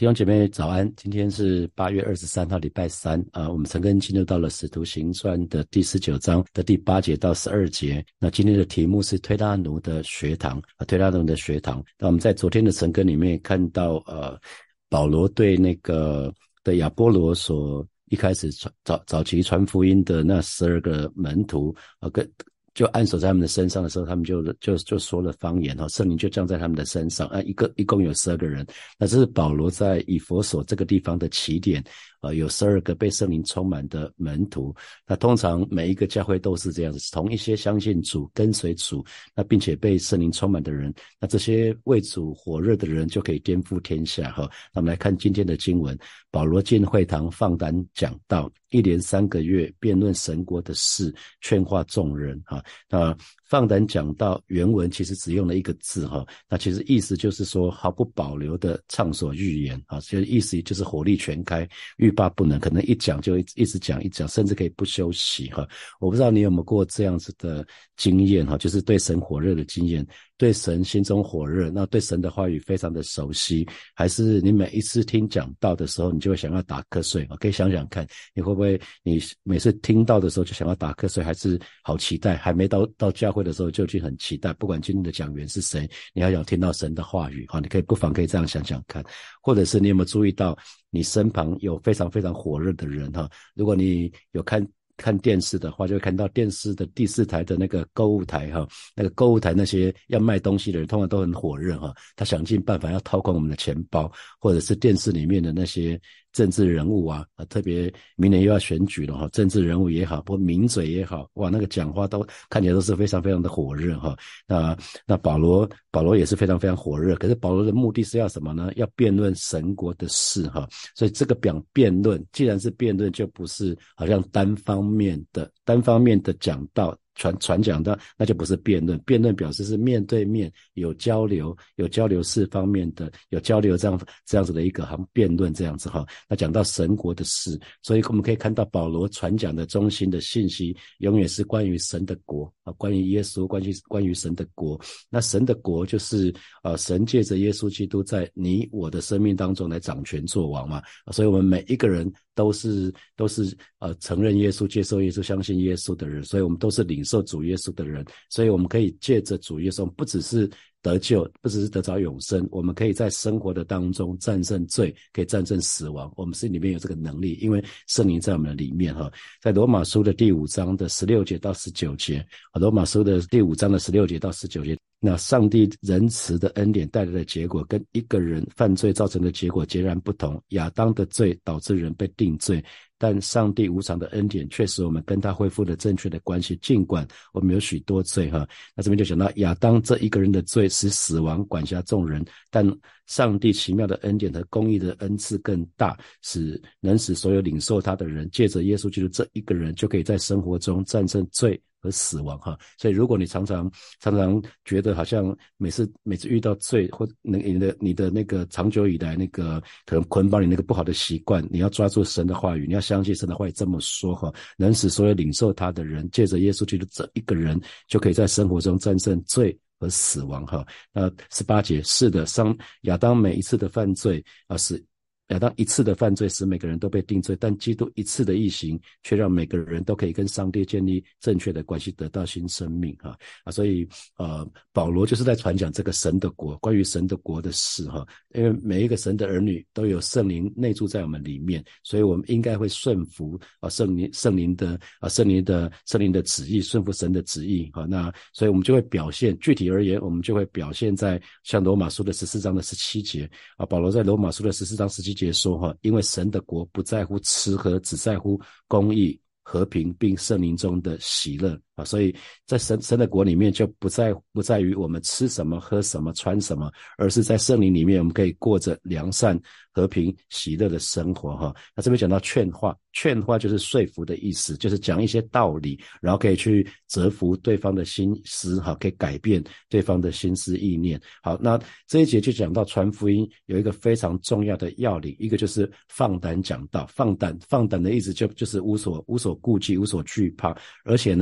弟兄姐妹早安，今天是8月23号礼拜三我们陈根进入到了使徒行传的第19章的第8节到12节。那今天的题目是推拉奴的学堂推拉奴的学堂。那我们在昨天的陈根里面看到保罗对那个的亚波罗所一开始早期传福音的那12个门徒就按手在他们的身上的时候，他们就说了方言圣灵就降在他们的身上一共有12个人。那这是保罗在以弗所这个地方的起点有12个被圣灵充满的门徒。那通常每一个教会都是这样子，同一些相信主跟随主那并且被圣灵充满的人，那这些为主火热的人就可以颠覆天下那我们来看今天的经文，保罗进会堂放胆讲道，一连3个月辩论神国的事，劝化众人那放胆讲道原文其实只用了一个字那其实意思就是说毫不保留的畅所欲言其实意思就是火力全开，欲罢不能，可能一讲就一直讲，甚至可以不休息我不知道你有没有过这样子的经验就是对神火热的经验，对神心中火热，那对神的话语非常的熟悉，还是你每一次听讲道的时候你就会想要打瞌睡可以想想看，你会不会你每次听到的时候就想要打瞌睡，还是好期待，还没到教会的时候就已经很期待，不管今天的讲员是谁，你要想听到神的话语你不妨可以这样想想看。或者是你有没有注意到你身旁有非常非常火热的人如果你有看电视的话，就会看到电视的第4台的那个购物台那个购物台那些要卖东西的人通常都很火热他想尽办法要掏空我们的钱包，或者是电视里面的那些政治人物特别明年又要选举了政治人物也好，或名嘴也好，哇，那个讲话都看起来都是非常非常的火热那保罗也是非常非常火热，可是保罗的目的是要什么呢？要辩论神国的事所以这个辩论，既然是辩论，就不是好像单方面的讲道传讲到，那就不是辩论。辩论表示是面对面有交流四方面的有交流这样子的一个好像辩论这样子那讲到神国的事，所以我们可以看到保罗传讲的中心的信息永远是关于神的国关于耶稣，关于神的国。那神的国就是神借着耶稣基督在你我的生命当中来掌权作王嘛所以我们每一个人都是承认耶稣，接受耶稣，相信耶稣的人，所以我们都是领受主耶稣的人，所以我们可以借着主耶稣，不只是得救，不只是得着永生，我们可以在生活的当中战胜罪，可以战胜死亡，我们心里面有这个能力，因为圣灵在我们的里面在罗马书的第5章的16节到19节，罗马书的第5章的16节到19节，那上帝仁慈的恩典带来的结果跟一个人犯罪造成的结果截然不同，亚当的罪导致人被定罪，但上帝无偿的恩典却使我们跟他恢复了正确的关系，尽管我们有许多罪那这边就讲到亚当这一个人的罪使死亡管辖众人，但上帝奇妙的恩典和公义的恩赐更大，能使所有领受他的人借着耶稣基督这一个人就可以在生活中战胜罪和死亡所以如果你常常觉得好像每次遇到罪，或你的那个长久以来那个可能捆绑你那个不好的习惯，你要抓住神的话语，你要相信神的话语这么说能使所有领受他的人借着耶稣基督这一个人就可以在生活中战胜罪和死亡那18节，是的，亚当每一次的犯罪亚当一次的犯罪使每个人都被定罪，但基督一次的义行却让每个人都可以跟上帝建立正确的关系，得到新生命所以保罗就是在传讲这个神的国，关于神的国的事因为每一个神的儿女都有圣灵内住在我们里面，所以我们应该会顺服圣灵的旨意，顺服神的旨意那所以我们就会表现，具体而言我们就会表现在像罗马书的14章的17节保罗在罗马书的14章17节说因为神的国不在乎吃喝，只在乎公义、和平并圣灵中的喜乐所以在神的国里面就不在于我们吃什么喝什么穿什么，而是在圣灵里面我们可以过着良善和平喜乐的生活那这边讲到劝化就是说服的意思，就是讲一些道理，然后可以去折服对方的心思可以改变对方的心思意念好，那这一节就讲到传福音有一个非常重要的要领，一个就是放胆讲道，放胆的意思就是无所顾忌，无所惧怕，而且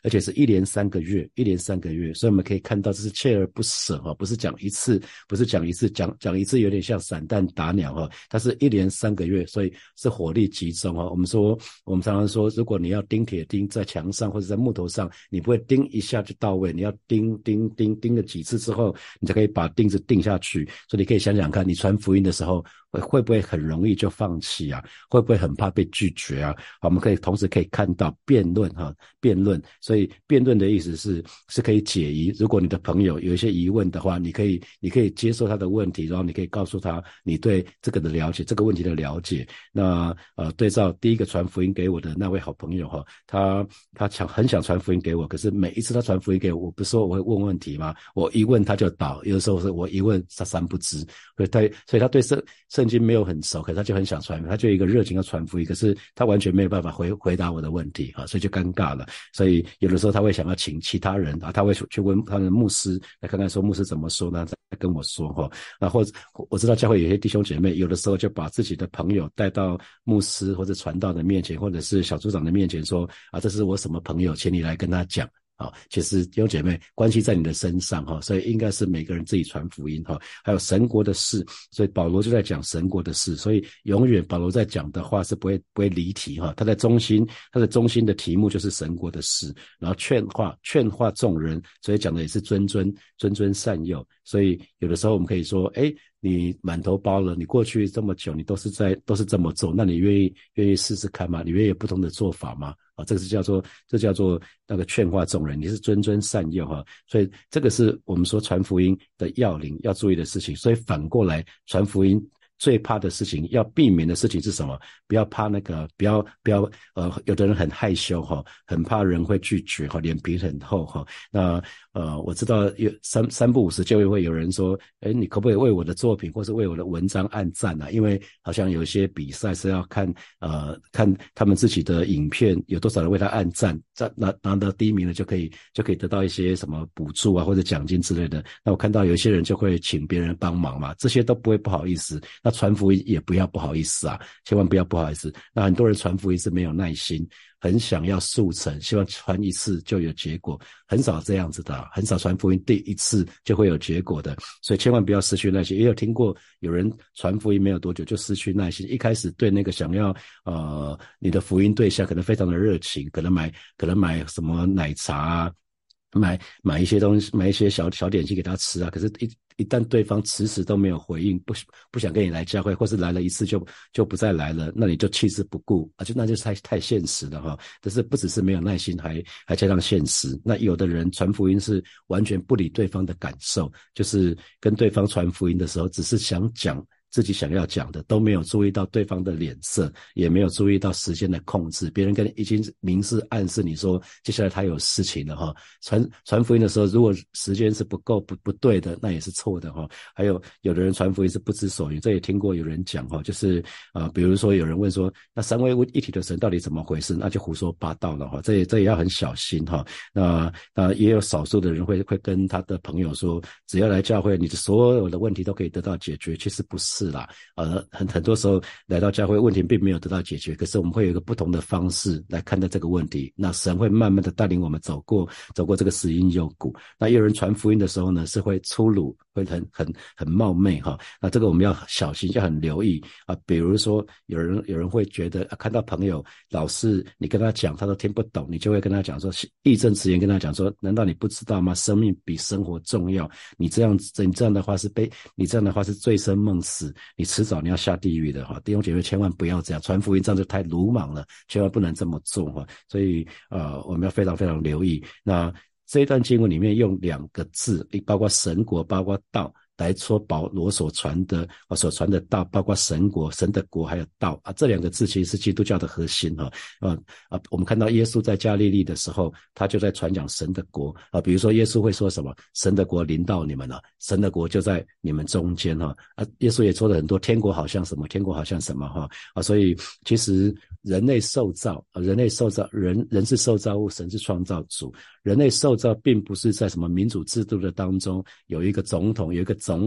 而且是一连三个月，一连三个月，所以我们可以看到这是锲而不舍不是讲一次，不是讲一次，讲一次有点像散弹打鸟它是一连三个月，所以是火力集中我们常常说，如果你要钉铁钉在墙上或者在木头上，你不会钉一下就到位，你要钉了几次之后，你才可以把钉子钉下去。所以你可以想想看，你传福音的时候会不会很容易就放弃会不会很怕被拒绝我们同时可以看到辩论辩论，所以辩论的意思是可以解疑。如果你的朋友有一些疑问的话，你可以接受他的问题，然后你可以告诉他你对这个的了解，这个问题的了解。那对照第一个传福音给我的那位好朋友他很想传福音给我，可是每一次他传福音给我，我不是说我会问问题吗？我一问他就倒，有的时候是我一问他三不知，所以他对圣经没有很熟，可是他就很想传，他就有一个热情要传福音，可是他完全没有办法回答我的问题所以就尴尬了。所以有的时候他会想要请其他人他会去问他的牧师来看看说牧师怎么说呢，再跟我说然后我知道教会有些弟兄姐妹有的时候就把自己的朋友带到牧师或者传道的面前，或者是小组长的面前说这是我什么朋友，请你来跟他讲其实弟兄姐妹关系在你的身上所以应该是每个人自己传福音还有神国的事，所以保罗就在讲神国的事，所以永远保罗在讲的话是不会离题他的中心的题目就是神国的事，然后劝化众人，所以讲的也是谆谆善诱。所以有的时候我们可以说你满头包了，你过去这么久你都是这么做，那你愿意试试看吗？你愿意有不同的做法吗？这叫做那个劝化众人，你是谆谆善诱所以这个是我们说传福音的要领要注意的事情。所以反过来传福音最怕的事情，要避免的事情是什么？不要怕不要有的人很害羞很怕人会拒绝脸皮很厚那我知道有三不五时就会有人说你可不可以为我的作品或是为我的文章按赞因为好像有一些比赛是要看他们自己的影片有多少人为他按赞，拿到第一名了就可以得到一些什么补助或者奖金之类的。那我看到有一些人就会请别人帮忙嘛，这些都不会不好意思。那传福音也不要不好意思千万不要不好意思。那很多人传福音是没有耐心，很想要速成，希望传一次就有结果，很少这样子的很少传福音第一次就会有结果的，所以千万不要失去耐心。也有听过有人传福音没有多久就失去耐心，一开始对那个想要你的福音对象可能非常的热情，可能买什么奶茶买一些东西，买一些小点心给他吃可是一旦对方迟迟都没有回应，不想跟你来教会，或是来了一次就不再来了，那你就弃之不顾那就太现实了但是不只是没有耐心，还加上现实。那有的人传福音是完全不理对方的感受，就是跟对方传福音的时候只是想讲自己想要讲的，都没有注意到对方的脸色，也没有注意到时间的控制，别人已经明示暗示你说接下来他有事情了传福音的时候，如果时间是不够不对的，那也是错的还有的人传福音是不知所云，这也听过有人讲就是比如说有人问说那三位一体的神到底怎么回事，那就胡说八道了这也要很小心那也有少数的人会跟他的朋友说只要来教会你的所有的问题都可以得到解决，其实不是啦很多时候来到教会问题并没有得到解决，可是我们会有一个不同的方式来看待这个问题，那神会慢慢的带领我们走过这个死荫幽谷。那有人传福音的时候呢是会粗鲁，会很冒昧那这个我们要小心，要很留意比如说有人会觉得看到朋友老是你跟他讲他都听不懂，你就会跟他讲说义正辞严跟他讲说难道你不知道吗？生命比生活重要，你这样的话是醉生梦死，你迟早你要下地狱的弟兄姐妹千万不要这样传福音，这样就太鲁莽了，千万不能这么做所以我们要非常非常留意。那这一段经文里面用两个字，包括神国包括道来说保罗所传的道，包括神国神的国还有道这两个字其实是基督教的核心我们看到耶稣在加利利的时候他就在传讲神的国比如说耶稣会说什么神的国临到你们了，神的国就在你们中间耶稣也说了很多天国好像什么天国好像什么所以其实人类受造人是受造物，神是创造主，人类受造并不是在什么民主制度的当中有一个总统有一个总理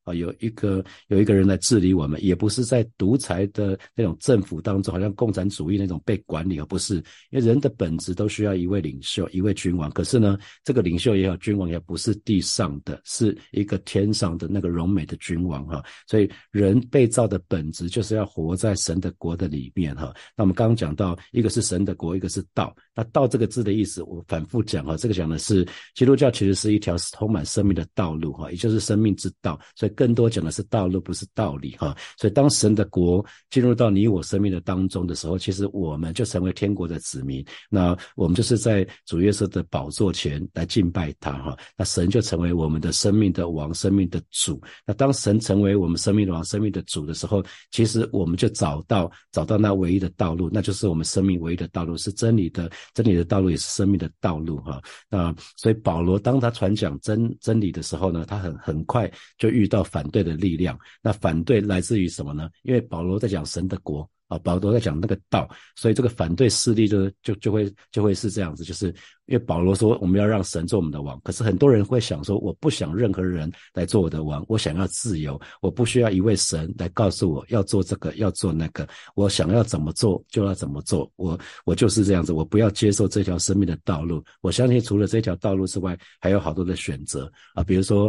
有一个人来治理我们，也不是在独裁的那种政府当中，好像共产主义那种被管理，而不是，因为人的本质都需要一位领袖，一位君王。可是呢，这个领袖也好，君王也不是地上的，是一个天上的那个荣美的君王哈。所以人被造的本质就是要活在神的国的里面哈。那我们刚刚讲到，一个是神的国，一个是道。那道这个字的意思，我反复讲哈，这个讲的是基督教其实是一条充满生命的道路哈，也就是生命之道。所以更多讲的是道路，不是道理哈。所以当神的国进入到你我生命的当中的时候，其实我们就成为天国的子民。那我们就是在主耶稣的宝座前来敬拜他哈。那神就成为我们的生命的王，生命的主。那当神成为我们生命的王，生命的主的时候，其实我们就找到那唯一的道路，那就是我们生命唯一的道路，是真理的道路，也是生命的道路哈。那所以保罗当他传讲真理的时候呢，他很快就遇到反对的力量。那反对来自于什么呢？因为保罗在讲神的国啊，保罗在讲那个道，所以这个反对势力就会是这样子，就是因为保罗说我们要让神做我们的王，可是很多人会想说，我不想任何人来做我的王，我想要自由，我不需要一位神来告诉我要做这个要做那个，我想要怎么做就要怎么做，我就是这样子，我不要接受这条生命的道路。我相信除了这条道路之外，还有好多的选择啊，比如说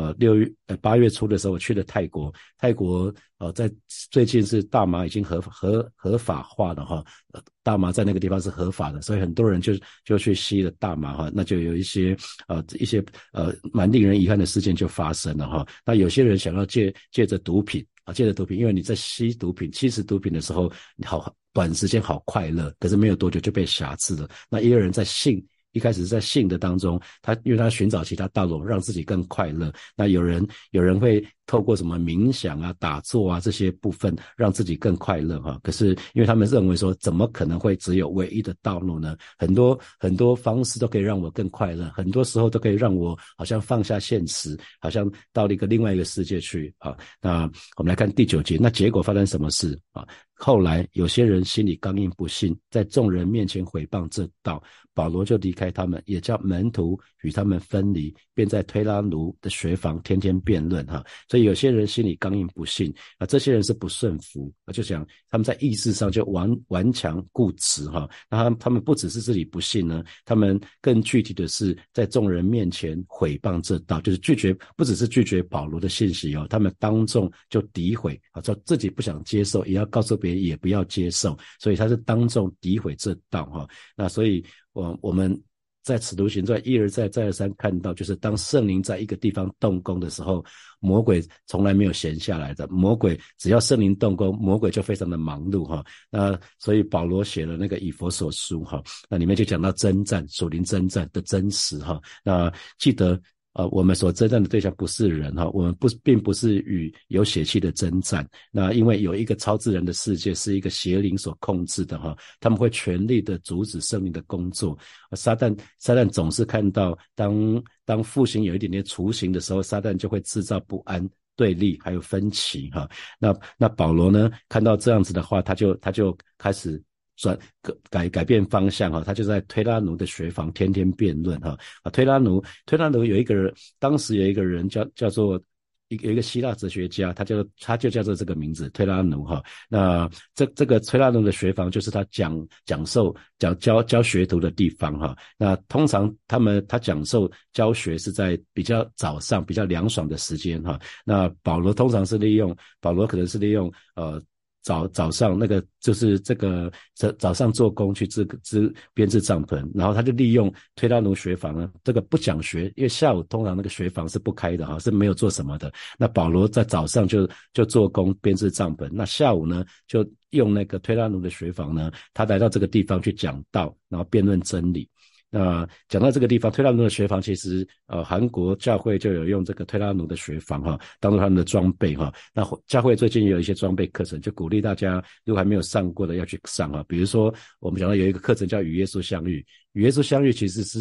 8月初的时候我去了泰国在最近是大麻已经合法化了哈，大麻在那个地方是合法的，所以很多人就去吸了大麻哈，那就有一些蛮令人遗憾的事件就发生了哈。那有些人想要借着毒品，因为你在吸毒品毒品的时候，你好短时间好快乐，可是没有多久就被辖制了。那也有人在一开始在性的当中，因为他寻找其他道路让自己更快乐。那有人会透过什么冥想啊、打坐啊这些部分让自己更快乐哈。可是因为他们认为说，怎么可能会只有唯一的道路呢？很多方式都可以让我更快乐，很多时候都可以让我好像放下现实，好像到了另外一个世界去啊。那我们来看第9节，那结果发生什么事啊？后来有些人心里刚硬不信，在众人面前毁谤这道，保罗就离开他们，也叫门徒与他们分离，便在推拉奴的学房天天辩论哈。所以有些人心里刚硬不信啊，这些人是不顺服啊，就想他们在意志上就顽强固执哈。那他们不只是自己不信呢，他们更具体的是在众人面前毁谤这道，就是不只是拒绝保罗的信息哦，他们当众就诋毁啊，说自己不想接受，也要告诉别人也不要接受，所以他是当众诋毁这道哈。那所以我们在使徒行传一而再再而三看到，就是当圣灵在一个地方动工的时候，魔鬼从来没有闲下来的，魔鬼只要圣灵动工，魔鬼就非常的忙碌哈。那所以保罗写了那个以弗所书哈，那里面就讲到征战，属灵征战的真实哈。那记得我们所征战的对象不是人哈，我们并不是与有血气的征战。那因为有一个超自然的世界是一个邪灵所控制的哈，他们会全力的阻止圣灵的工作。撒旦总是看到当复兴有一点点雏形的时候，撒旦就会制造不安、对立还有分歧哈。那保罗呢，看到这样子的话，他就开始改变方向哈，他就在推拉奴的学房天天辩论哈。推拉奴有一个人，当时有一个人叫做有一个希腊哲学家，他就叫做这个名字推拉奴哈。那这个推拉奴的学房就是他教学徒的地方哈。那通常他讲授教学是在比较早上比较凉爽的时间哈。那保罗可能是利用早上那个就是这个早上做工去编制帐篷，然后他就利用推拉奴学房呢，这个不讲学，因为下午通常那个学房是不开的哈，是没有做什么的。那保罗在早上就做工编制帐篷，那下午呢就用那个推拉奴的学房呢，他来到这个地方去讲道，然后辩论真理。那讲到这个地方，推拉奴的学房其实韩国教会就有用这个推拉奴的学房哈，当做他们的装备哈。那教会最近也有一些装备课程，就鼓励大家如果还没有上过的要去上哈。比如说我们讲到有一个课程叫与耶稣相遇，与耶稣相遇其实是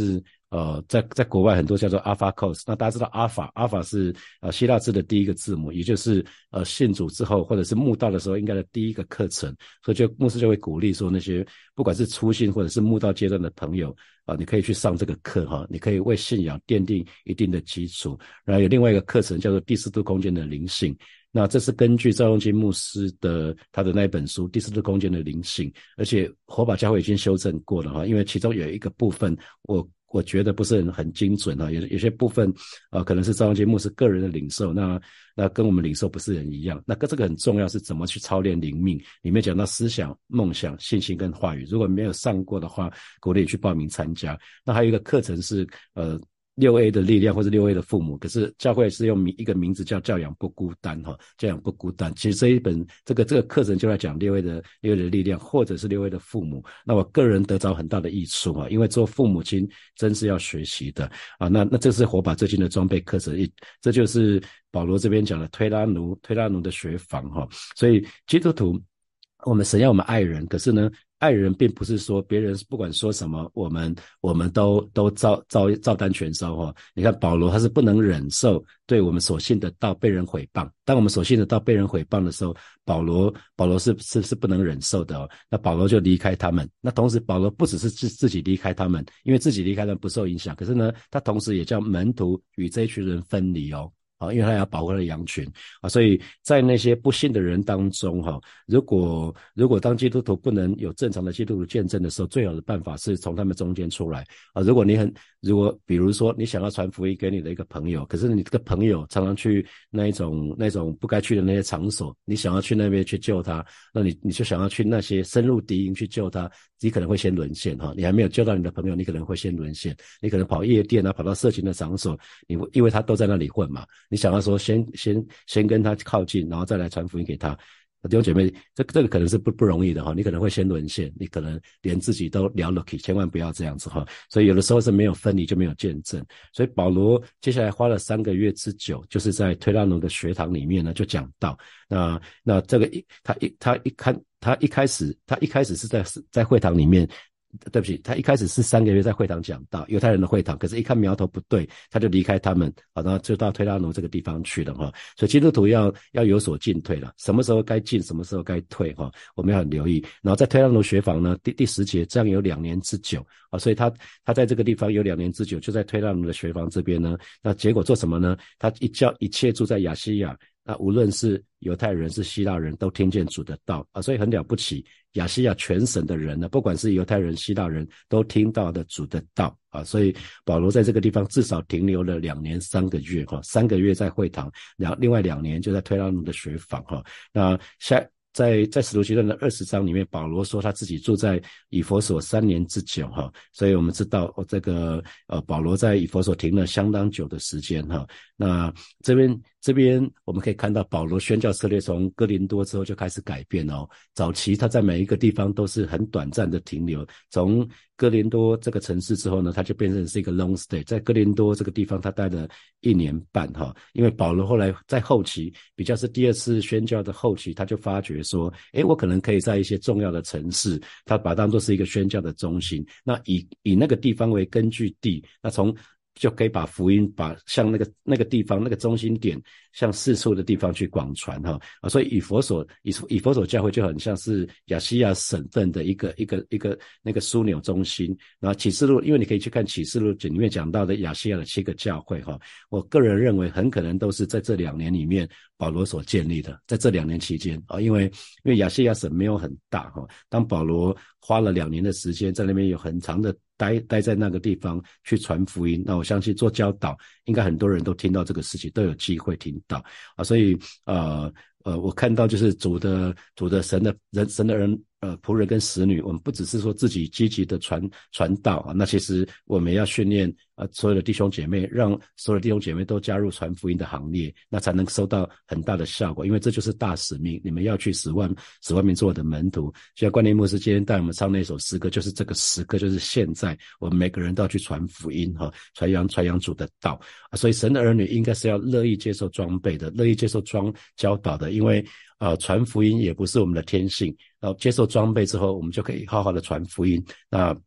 在国外很多叫做 Alpha Course， 那大家知道 Alpha 是希腊字的第一个字母，也就是信主之后或者是慕道的时候应该的第一个课程，所以牧师就会鼓励说那些不管是初信或者是慕道阶段的朋友你可以去上这个课你可以为信仰奠定一定的基础。然后有另外一个课程叫做第四度空间的灵性，那这是根据赵永基牧师的他的那一本书第四度空间的灵性，而且火把教会已经修正过了因为其中有一个部分我觉得不是很精准有些部分可能是赵永基牧师个人的领受，那跟我们领受不是很一样。那这个很重要是怎么去操练灵命，里面讲到思想、梦想、信心跟话语，如果没有上过的话鼓励去报名参加。那还有一个课程是6A 的力量或是6A 的父母，可是教会是用一个名字叫教养不孤单教养不孤单。其实这个课程就在讲6A 的力量或者是6A 的父母，那我个人得着很大的益处因为做父母亲真是要学习的那这是火把最近的装备课程，这就是保罗这边讲的推拉奴的学房所以基督徒我们神要我们爱人，可是呢爱人并不是说别人不管说什么我们都照单全收你看保罗他是不能忍受对我们所信的道被人毁谤，当我们所信的道被人毁谤的时候，保罗是不能忍受的那保罗就离开他们。那同时保罗不只是自己离开他们，因为自己离开他们不受影响，可是呢他同时也叫门徒与这一群人分离因为他要保护他的羊群所以在那些不信的人当中如果当基督徒不能有正常的基督徒见证的时候，最好的办法是从他们中间出来如果比如说你想要传福音给你的一个朋友，可是你这个朋友常常去那种不该去的那些场所，你想要去那边去救他，那你就想要去那些深入敌营去救他，你可能会先沦陷你还没有救到你的朋友，你可能会先沦陷，你可能跑夜店跑到色情的场所，因为他都在那里混嘛，你想要说先跟他靠近，然后再来传福音给他。弟兄姐妹，这个可能是不容易的你可能会先沦陷，你可能连自己都了了去，千万不要这样子所以有的时候是没有分离就没有见证。所以保罗接下来花了3个月之久，就是在推拉奴的学堂里面呢就讲到，那这个他一开始是在会堂里面。对不起，他一开始是3个月在会堂讲道，犹太人的会堂，可是一看苗头不对，他就离开他们然后就到推拉奴这个地方去了所以基督徒要有所进退了，什么时候该进，什么时候该退我们要很留意。然后在推拉奴学坊呢第10节这样有2年之久所以他在这个地方有2年之久，就在推拉奴的学坊这边呢，那结果做什么呢？他叫一切住在亚细亚，那无论是犹太人是希腊人都听见主的道所以很了不起，亚细亚全省的人呢，不管是犹太人希腊人都听到的主的道所以保罗在这个地方至少停留了2年3个月3个月在会堂，另外2年就在推拉奴的学坊那在使徒行传的20章里面，保罗说他自己住在以弗所3年之久所以我们知道这个保罗在以弗所停了相当久的时间那这边我们可以看到保罗宣教策略从哥林多之后就开始改变早期他在每一个地方都是很短暂的停留，从哥林多这个城市之后呢，他就变成是一个 long stay， 在哥林多这个地方他待了1年半因为保罗后来在后期比较是第2次宣教的后期，他就发觉说我可能可以在一些重要的城市，他把它当作是一个宣教的中心，那以那个地方为根据地，那就可以把福音向那个地方那个中心点向四处的地方去广传所以以弗所教会就很像是亚细亚省份的一个那个枢纽中心。然后启示录，因为你可以去看启示录里面讲到的亚细亚的7个教会我个人认为很可能都是在这2年里面保罗所建立的，在这2年期间因为亚细亚省没有很大当保罗花了2年的时间在那边有很长的待在那个地方去传福音，那我相信做教导应该很多人都听到这个事情，都有机会听到所以我看到就是主的神的人仆人跟使女，我们不只是说自己积极的传道那其实我们要训练所有的弟兄姐妹，让所有的弟兄姐妹都加入传福音的行列，那才能收到很大的效果，因为这就是大使命，你们要去使万民做我的门徒。就像冠念牧师今天带我们唱那首诗歌，就是这个时刻，就是现在我们每个人都要去传福音传扬主的道所以神的儿女应该是要乐意接受装备的，乐意接受教导的，因为传福音也不是我们的天性，然后接受装备之后我们就可以好好的传福音。那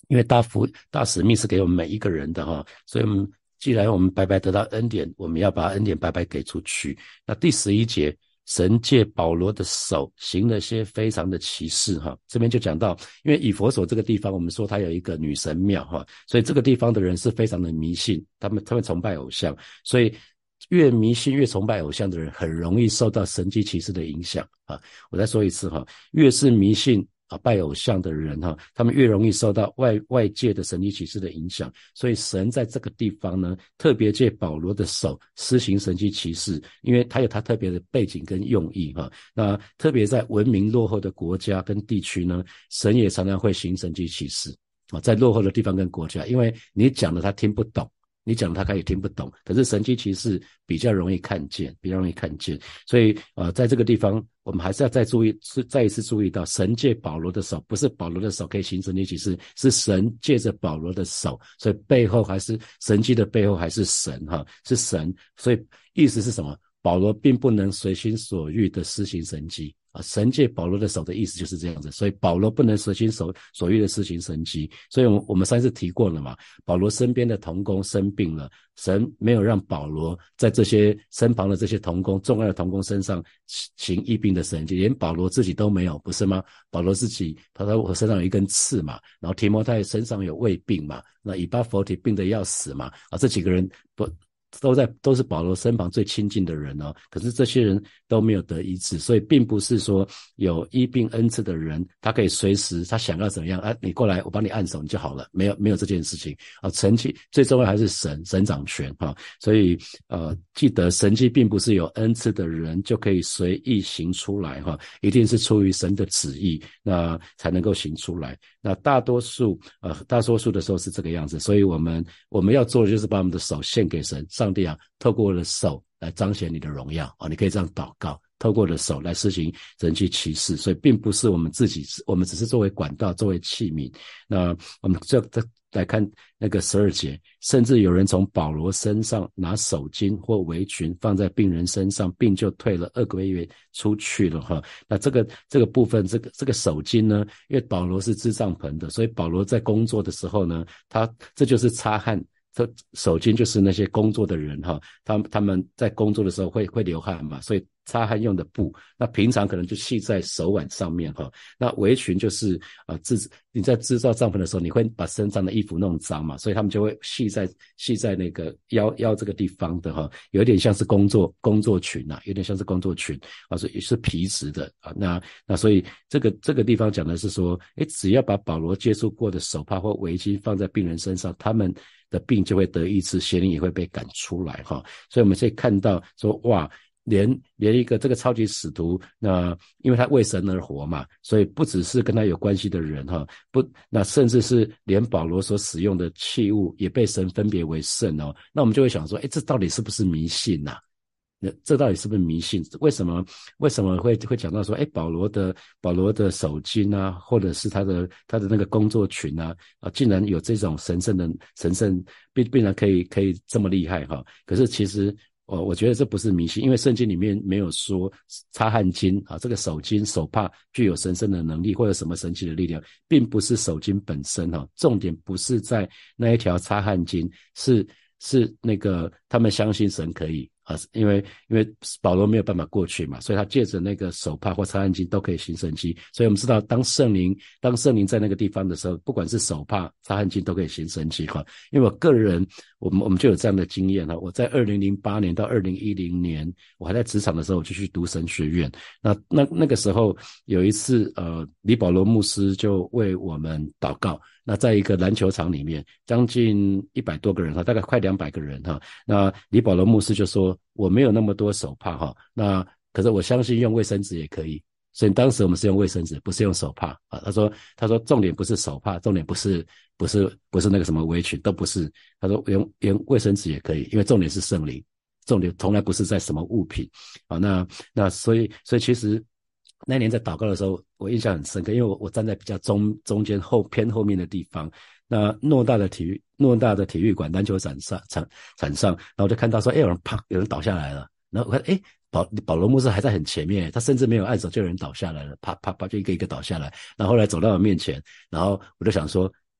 因为大使命是给我们每一个人的所以既然我们白白得到恩典，我们要把恩典白白给出去。那第11节，神借保罗的手行了些非常的奇事这边就讲到，因为以弗所这个地方我们说它有一个女神庙所以这个地方的人是非常的迷信，他们崇拜偶像，所以越迷信越崇拜偶像的人很容易受到神迹奇事的影响我再说一次越是迷信拜偶像的人他们越容易受到外界的神迹奇事的影响，所以神在这个地方呢，特别借保罗的手施行神迹奇事，因为他有他特别的背景跟用意那特别在文明落后的国家跟地区呢，神也常常会行神迹奇事在落后的地方跟国家，因为你讲的他听不懂，你讲他可以听不懂，可是神迹奇事比较容易看见，所以在这个地方我们还是要再一次注意到，神借保罗的手，不是保罗的手可以行神迹奇事，是神借着保罗的手，所以背后还是神迹的背后还是神是神，所以意思是什么？保罗并不能随心所欲的施行神迹神借保罗的手的意思就是这样子，所以保罗不能随心所欲的施行神迹。所以我们上次提过了嘛，保罗身边的同工生病了，神没有让保罗在这些身旁的这些同工重要的同工身上行医病的神迹，连保罗自己都没有，不是吗？保罗自己他说我身上有一根刺嘛，然后提摩太身上有胃病嘛，那以巴弗提病得要死嘛这几个人都是保罗身旁最亲近的人可是这些人都没有得医治，所以并不是说有医病恩赐的人他可以随时他想要怎么样你过来我帮你按手你就好了，没有这件事情神迹最重要还是神掌权所以记得神迹并不是有恩赐的人就可以随意行出来一定是出于神的旨意，那才能够行出来。那大多数的时候是这个样子，所以我们要做的就是把我们的手献给神，上帝透过我的手来彰显你的荣耀你可以这样祷告，透过我的手来施行神迹奇事，所以并不是我们自己，我们只是作为管道，作为器皿。那我们再来看那个12节，甚至有人从保罗身上拿手巾或围裙放在病人身上，病就退了，2个月出去了那这个部分，这个手巾呢，因为保罗是织帐篷的，所以保罗在工作的时候呢，这就是擦汗。这手巾就是那些工作的人他们在工作的时候会流汗嘛，所以擦汗用的布，那平常可能就系在手腕上面那围裙就是你在制造帐篷的时候，你会把身上的衣服弄脏嘛，所以他们就会系在那个腰这个地方的有点像是工作裙有点像是工作裙所以是皮质的那所以这个地方讲的是说只要把保罗接触过的手帕或围巾放在病人身上，他们的病就会得医治，邪灵也会被赶出来所以我们可以看到说哇，连一个这个超级使徒，那因为他为神而活嘛，所以不只是跟他有关系的人那甚至是连保罗所使用的器物也被神分别为圣那我们就会想说这到底是不是迷信这到底是不是迷信？为什么会讲到说保罗的手巾或者是他的那个工作裙竟然有这种神圣必然可以这么厉害可是其实我觉得这不是迷信，因为圣经里面没有说擦汗巾这个手巾手帕具有神圣的能力或者什么神奇的力量，并不是手巾本身重点不是在那一条擦汗巾，是那个他们相信神可以因为保罗没有办法过去嘛，所以他借着那个手帕或擦汗巾都可以行神迹。所以我们知道当圣灵在那个地方的时候，不管是手帕擦汗巾都可以行神迹因为我个人我们就有这样的经验我在2008年到2010年我还在职场的时候，我就去读神学院。那个时候有一次李保罗牧师就为我们祷告，那在一个篮球场里面将近100多个人大概快200个人那李保罗牧师就说我没有那么多手帕那可是我相信用卫生纸也可以，所以当时我们是用卫生纸，不是用手帕他说重点不是手帕，重点不是那个什么围裙，都不是，他说用卫生纸也可以，因为重点是圣灵，重点从来不是在什么物品那所以其实那年在祷告的时候我印象很深刻，因为我站在比较中间偏后面的地方，那偌大的体育馆篮球场上，然后我就看到说有人倒下来了，然后我看保罗牧师还在很前面，他甚至没有按手就有人倒下来了，啪啪啪就一个一个倒下来，然后后来走到我面前，然后我就想说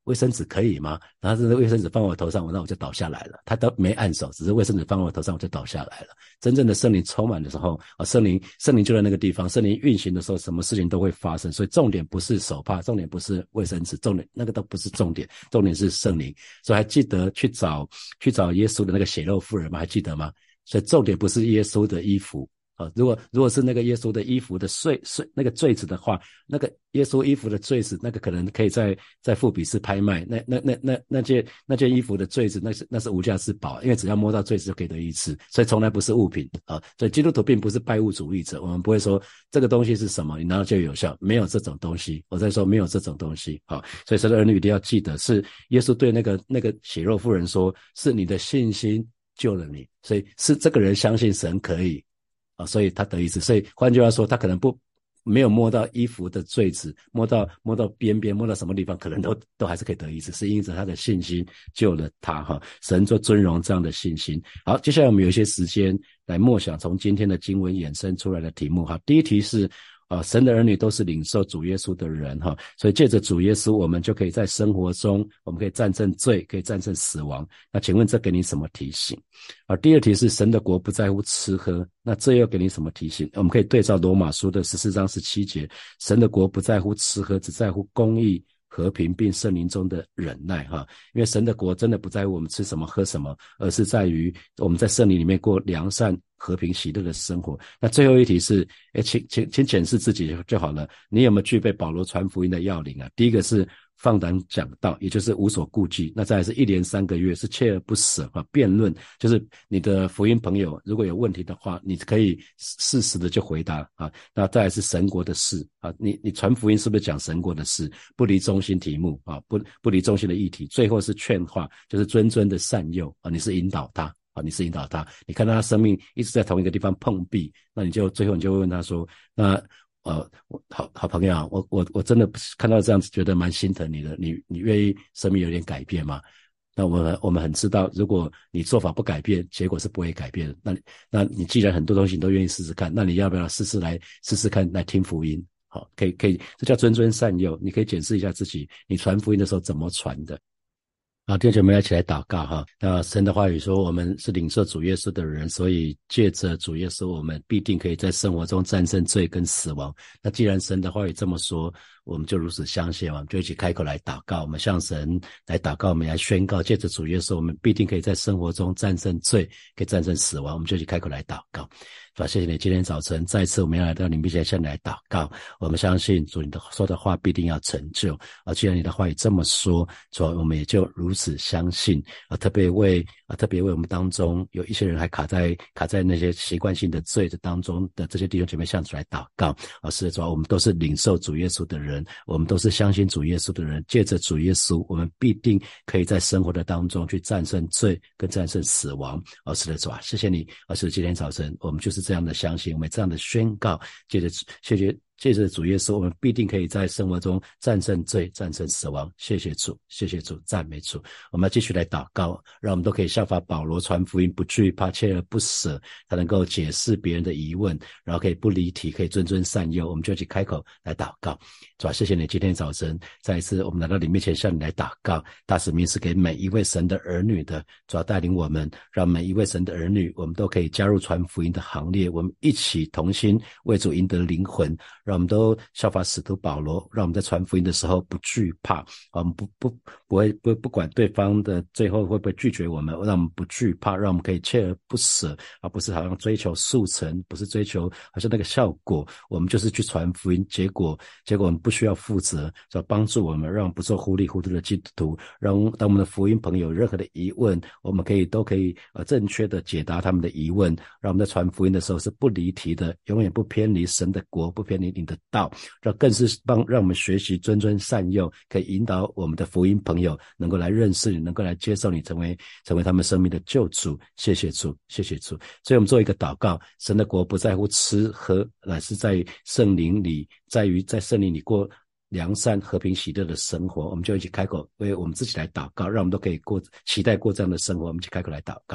卫生纸可以吗？然后这个卫生纸放我头上，那我就倒下来了。他都没按手，只是卫生纸放我头上，我就倒下来了。真正的圣灵充满的时候，圣灵就在那个地方，圣灵运行的时候，什么事情都会发生。所以重点不是手帕，重点不是卫生纸，重点那个都不是重点，重点是圣灵。所以还记得去找耶稣的那个血肉妇人吗？还记得吗？所以重点不是耶稣的衣服。如果是那个耶稣的衣服的那个坠子的话，那个耶稣衣服的坠子，那个可能可以在富比士拍卖，那件衣服的坠子，那是无价之宝，因为只要摸到坠子就可以得一次，所以从来不是物品啊。所以基督徒并不是拜物主义者，我们不会说这个东西是什么，你拿到就有效，没有这种东西。我在说没有这种东西。好，所以神的儿女一定要记得，是耶稣对那个血肉妇人说，是你的信心救了你，所以是这个人相信神可以。所以他得医治。所以换句话说，他可能没有摸到衣服的坠子，摸到边边，摸到什么地方，可能都还是可以得医治，是因着他的信心救了他哈。神就尊荣这样的信心。好，接下来我们有一些时间来默想从今天的经文衍生出来的题目哈。第一题是神的儿女都是领受主耶稣的人哈，所以借着主耶稣，我们就可以在生活中，我们可以战胜罪，可以战胜死亡。那请问这给你什么提醒？第二题是神的国不在乎吃喝，那这又给你什么提醒？我们可以对照罗马书的14章17节，神的国不在乎吃喝，只在乎公义、和平并圣灵中的忍耐哈。因为神的国真的不在乎我们吃什么喝什么，而是在于我们在圣灵里面过良善、和平、喜乐的生活。那最后一题是请检视自己就好了，你有没有具备保罗传福音的要领啊？第一个是放胆讲道，也就是无所顾忌。那再来是一连3个月是锲而不舍辩论，就是你的福音朋友如果有问题的话，你可以适时的就回答那再来是神国的事你传福音是不是讲神国的事，不离中心题目不离中心的议题。最后是劝化，就是谆谆的善诱你是引导他你看到他生命一直在同一个地方碰壁，那最后你就会问他说，那好朋友啊，我真的看到这样子觉得蛮心疼你的，你愿意生命有点改变吗？那我们很知道，如果你做法不改变，结果是不会改变的。那你既然很多东西你都愿意试试看，那你要不要试试看来听福音？好，可以，这叫谆谆善诱。你可以检视一下自己，你传福音的时候怎么传的。好，弟兄姐妹一起来祷告哈。那神的话语说，我们是领受主耶稣的人，所以借着主耶稣，我们必定可以在生活中战胜罪跟死亡。那既然神的话语这么说，我们就如此相信，我们就一起开口来祷告。我们向神来祷告，我们来宣告，借着主耶稣，我们必定可以在生活中战胜罪，可以战胜死亡。我们就一起开口来祷告。主啊，谢谢你，今天早晨再次我们要来到你面前向你来祷告。我们相信主你说的话必定要成就。既然你的话语这么说，主啊，我们也就如此相信。特别为我们当中有一些人还卡在那些习惯性的罪的当中的这些弟兄姐妹向主来祷告。是的，主啊，我们都是领受主耶稣的人，我们都是相信主耶稣的人，借着主耶稣，我们必定可以在生活的当中去战胜罪跟战胜死亡。是的，主啊，谢谢你。是今天早晨我们就是这样的相信，我们这样的宣告，借着主耶稣，我们必定可以在生活中战胜罪，战胜死亡。谢谢主，谢谢主，赞美主。我们要继续来祷告，让我们都可以效法保罗传福音，不惧怕，锲而不舍，他能够解释别人的疑问，然后可以不离题，可以谆谆善诱。我们就一起开口来祷告。主啊，谢谢你今天早晨再一次我们来到你面前向你来祷告，大使命是给每一位神的儿女的。主啊，带领我们，让每一位神的儿女，我们都可以加入传福音的行列，我们一起同心为主赢得灵魂，让我们都效法使徒保罗，让我们在传福音的时候不惧怕，我们不管对方的最后会不会拒绝我们，让我们不惧怕，让我们可以锲而不舍，而不是好像追求速成，不是追求好像那个效果，我们就是去传福音，结果我们不需要负责，要帮助我们，让我们不做糊里糊涂的基督徒，当我们的福音朋友有任何的疑问，我们都可以正确的解答他们的疑问，让我们在传福音的时候是不离题的，永远不偏离神的国，不偏离你的道，更是让我们学习谆谆善诱，可以引导我们的福音朋友能够来认识你，能够来接受你，成为他们生命的救主。谢谢主，谢谢主。所以我们做一个祷告，神的国不在乎吃喝，乃是在圣灵里，在于在圣灵里过良善、和平、喜乐的生活。我们就一起开口为我们自己来祷告，让我们都可以期待过这样的生活。我们一起开口来祷告。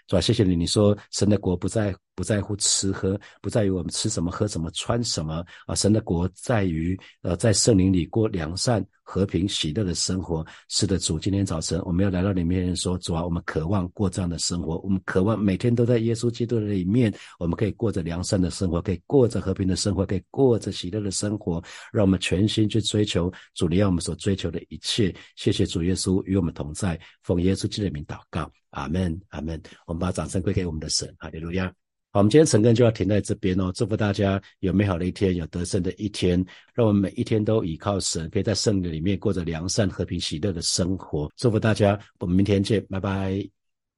主啊，谢谢你，你说神的国不在乎吃喝，不在于我们吃什么喝什么穿什么啊，神的国在于在圣灵里过良善和平喜乐的生活。是的，主，今天早晨我们要来到你面前说，主啊，我们渴望过这样的生活，我们渴望每天都在耶稣基督的里面，我们可以过着良善的生活，可以过着和平的生活，可以过着喜乐的生活，让我们全心去追求主你要我们所追求的一切。谢谢主耶稣与我们同在，奉耶稣基督的名祷告，阿们，阿们。我们把掌声归给我们的神，哈利路亚。好，我们今天晨更就要停在这边哦。祝福大家有美好的一天，有得胜的一天，让我们每一天都倚靠神，可以在圣灵里面过着良善、和平、喜乐的生活。祝福大家，我们明天见，拜拜。